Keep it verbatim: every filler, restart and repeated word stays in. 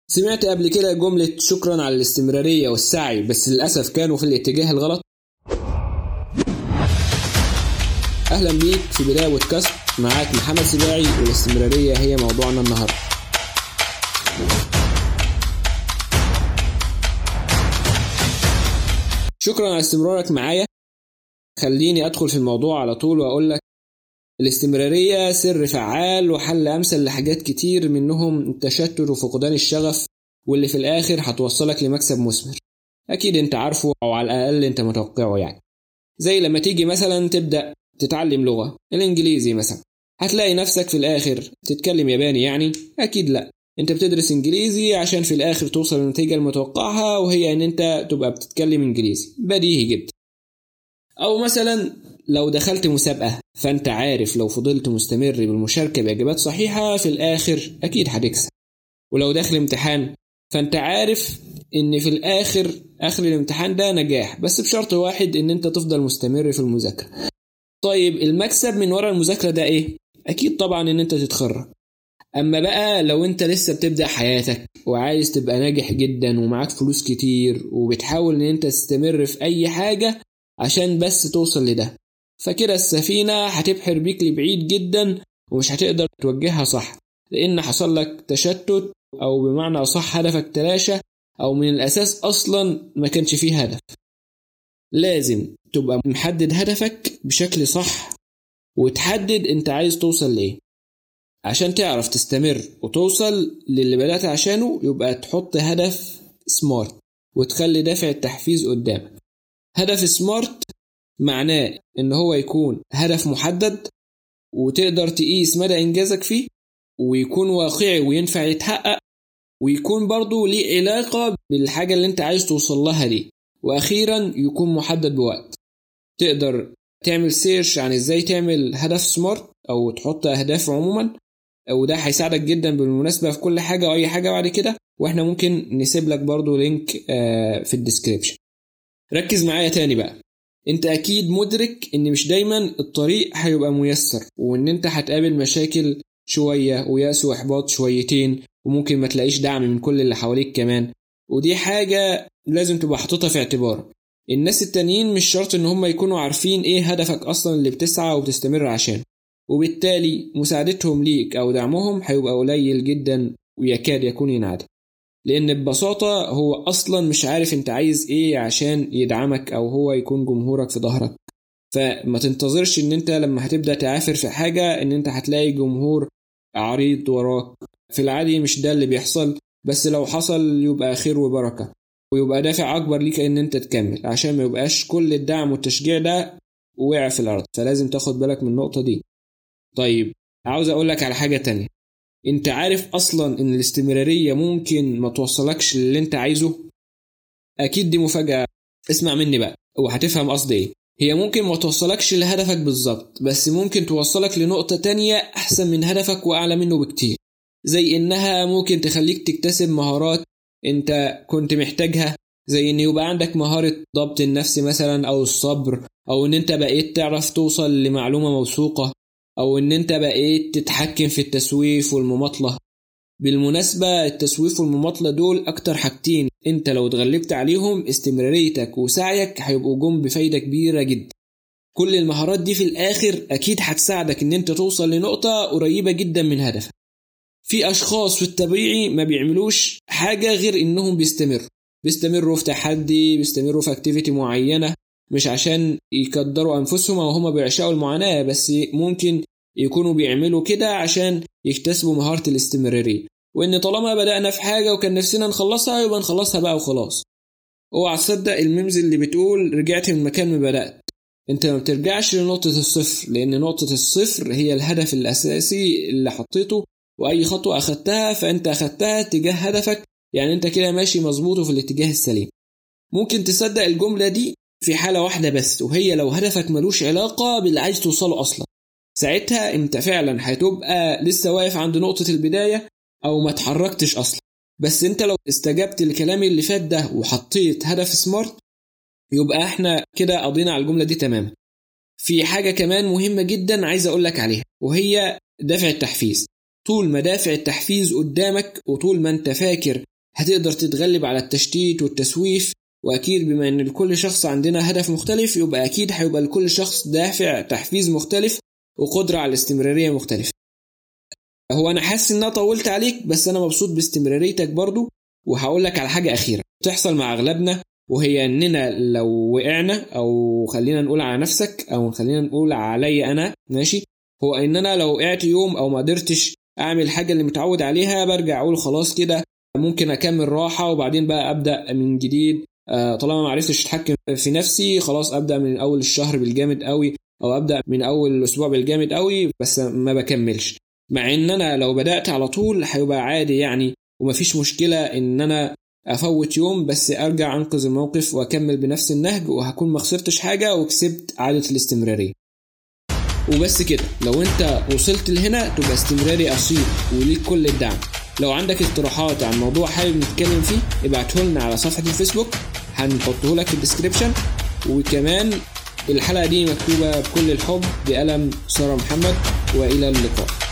سمعت قبل كده جملة شكرا على الاستمرارية والسعي، بس للأسف كانوا في الاتجاه الغلط. أهلا بيك في بداية بودكاست، معاك محمد سباعي، والاستمرارية هي موضوعنا النهاردة. شكرا على استمرارك معايا. خليني أدخل في الموضوع على طول وأقول لك الاستمرارية سر فعال وحل أمثل لحاجات كتير، منهم التشتت وفقدان الشغف، واللي في الآخر هتوصلك لمكسب مثمر. أكيد أنت عارفه، أو على الأقل أنت متوقعه. يعني زي لما تيجي مثلا تبدأ تتعلم لغة الإنجليزي مثلا، هتلاقي نفسك في الآخر تتكلم ياباني. يعني أكيد لا، أنت بتدرس إنجليزي عشان في الآخر توصل للنتيجة المتوقعها، وهي أن أنت تبقى بتتكلم إنجليزي. بديهي جدا. أو مثلا لو دخلت مسابقة، فأنت عارف لو فضلت مستمر بالمشاركة بإجابات صحيحة في الآخر أكيد هتكسب. ولو داخل امتحان، فأنت عارف إن في الآخر آخر الامتحان ده نجاح، بس بشرط واحد، إن أنت تفضل مستمر في المذاكرة. طيب المكسب من وراء المذاكرة ده إيه؟ أكيد طبعا إن أنت تتخرج. أما بقى لو أنت لسه بتبدأ حياتك وعايز تبقى ناجح جدا ومعاك فلوس كتير، وبتحاول إن أنت تستمر في أي حاجة عشان بس توصل لده، فكده السفينة هتبحر بيك لبعيد جدا ومش هتقدر توجهها صح، لأن حصل لك تشتت، أو بمعنى أصح هدفك تلاشى، أو من الأساس أصلا ما كانش فيه هدف. لازم تبقى محدد هدفك بشكل صح، وتحدد أنت عايز توصل ليه عشان تعرف تستمر وتوصل للي بدأت عشانه. يبقى تحط هدف سمارت وتخلي دافع التحفيز قدامك. هدف سمارت معناه إن هو يكون هدف محدد وتقدر تقيس مدى إنجازك فيه، ويكون واقعي وينفع يتحقق، ويكون برضو ليه علاقة بالحاجة اللي انت عايز توصل لها دي. وأخيرا يكون محدد بوقت. تقدر تعمل سيرش عن ازاي تعمل هدف سمارت أو تحط أهداف عموما، وده هيساعدك جدا بالمناسبة في كل حاجة وأي حاجة بعد كده، واحنا ممكن نسيب لك برضو لينك في الديسكريبشن. ركز معايا تاني بقى. انت اكيد مدرك ان مش دايما الطريق هيبقى ميسر، وان انت هتقابل مشاكل شوية وياس واحباط شويتين، وممكن ما تلاقيش دعم من كل اللي حواليك كمان. ودي حاجة لازم تبقى حاططها في اعتبارك. الناس التانيين مش شرط ان هم يكونوا عارفين ايه هدفك اصلا اللي بتسعى وبتستمر عشانه، وبالتالي مساعدتهم ليك او دعمهم هيبقى قليل جدا ويكاد يكون ينعدم، لأن ببساطة هو أصلا مش عارف أنت عايز إيه عشان يدعمك، أو هو يكون جمهورك في ظهرك. فما تنتظرش أن أنت لما هتبدأ تعافر في حاجة أن أنت هتلاقي جمهور عريض وراك. في العادي مش ده اللي بيحصل، بس لو حصل يبقى خير وبركة، ويبقى دافع أكبر ليك أن أنت تكمل، عشان ما يبقاش كل الدعم والتشجيع ده وقع في الأرض. فلازم تاخد بالك من النقطة دي. طيب عاوز أقولك على حاجة تانية. انت عارف اصلا ان الاستمرارية ممكن ما توصلكش للي انت عايزه؟ اكيد دي مفاجأة. اسمع مني بقى وهتفهم قصدي ايه. هي ممكن ما توصلكش لهدفك بالظبط، بس ممكن توصلك لنقطة تانية احسن من هدفك واعلى منه بكتير. زي انها ممكن تخليك تكتسب مهارات انت كنت محتاجها، زي ان يبقى عندك مهارة ضبط النفس مثلا، او الصبر، او ان انت بقيت تعرف توصل لمعلومة موثوقة، أو إن أنت بقيت تتحكم في التسويف والمماطلة. بالمناسبة التسويف والمماطلة دول أكتر حاجتين أنت لو اتغلبت عليهم استمراريتك وسعيك هيبقوا جم بفايدة كبيرة جدا. كل المهارات دي في الآخر أكيد هتساعدك إن أنت توصل لنقطة قريبة جدا من هدفك. في أشخاص في الطبيعي ما بيعملوش حاجة غير إنهم بيستمروا بيستمروا في تحدي، بيستمروا في اكتيفيتي معينة، مش عشان يقدروا أنفسهم أو هم بيعشقوا المعاناة، بس ممكن يكونوا بيعملوا كده عشان يكتسبوا مهارة الاستمرارية. وإن طالما بدأنا في حاجة وكان نفسنا نخلصها، يبقى نخلصها بقى وخلاص. اوعى تصدق الميمز اللي بتقول رجعت من مكان ما بدأت. انت ما بترجعش لنقطة الصفر، لأن نقطة الصفر هي الهدف الأساسي اللي حطيته، وأي خطوة أخدتها فأنت أخدتها تجاه هدفك. يعني انت كده ماشي مظبوط في الاتجاه السليم. ممكن تصدق الجملة دي في حالة واحدة بس، وهي لو هدفك ملوش علاقة باللي عايز توصله أصلا. ساعتها انت فعلا هتبقى لسه واقف عند نقطة البداية، أو ما تحركتش أصلا. بس انت لو استجبت لكلام اللي فات ده وحطيت هدف سمارت، يبقى احنا كده قضينا على الجملة دي تماما. في حاجة كمان مهمة جدا عايز أقولك عليها، وهي دافع التحفيز. طول ما دافع التحفيز قدامك، وطول ما انت فاكر هتقدر تتغلب على التشتيت والتسويف. وأكيد بما أن لكل شخص عندنا هدف مختلف، يبقى أكيد هيبقى لكل شخص دافع تحفيز مختلف وقدرة على الاستمرارية مختلفة. هو أنا حاسس إن أنا طولت عليك، بس أنا مبسوط باستمراريتك برضو. وهقولك على حاجة أخيرة تحصل مع أغلبنا، وهي أننا لو وقعنا، أو خلينا نقول على نفسك، أو خلينا نقول علي أنا، ماشي، هو أننا لو وقعت يوم أو ما قدرتش أعمل حاجة اللي متعود عليها، برجع أقول خلاص كده ممكن أكمل راحة وبعدين بقى أبدأ من جديد. طالما ما عرفتش أتحكم في نفسي، خلاص أبدأ من أول الشهر بالجامد قوي، أو أبدأ من أول الأسبوع بالجامد قوي، بس ما بكملش. مع ان انا لو بدأت على طول هيبقى عادي يعني، ومفيش مشكلة ان انا افوت يوم، بس ارجع انقذ الموقف واكمل بنفس النهج، وهكون ما خسرتش حاجة وكسبت عادة الاستمرارية. وبس كده. لو انت وصلت لهنا تبقى استمراري اصيل وليك كل الدعم. لو عندك اقتراحات عن موضوع حابب نتكلم فيه، ابعته لنا على صفحة الفيسبوك، هنحطه لك في الديسكريبشن. وكمان الحلقة دي مكتوبة بكل الحب بقلم سارة محمد. وإلى اللقاء.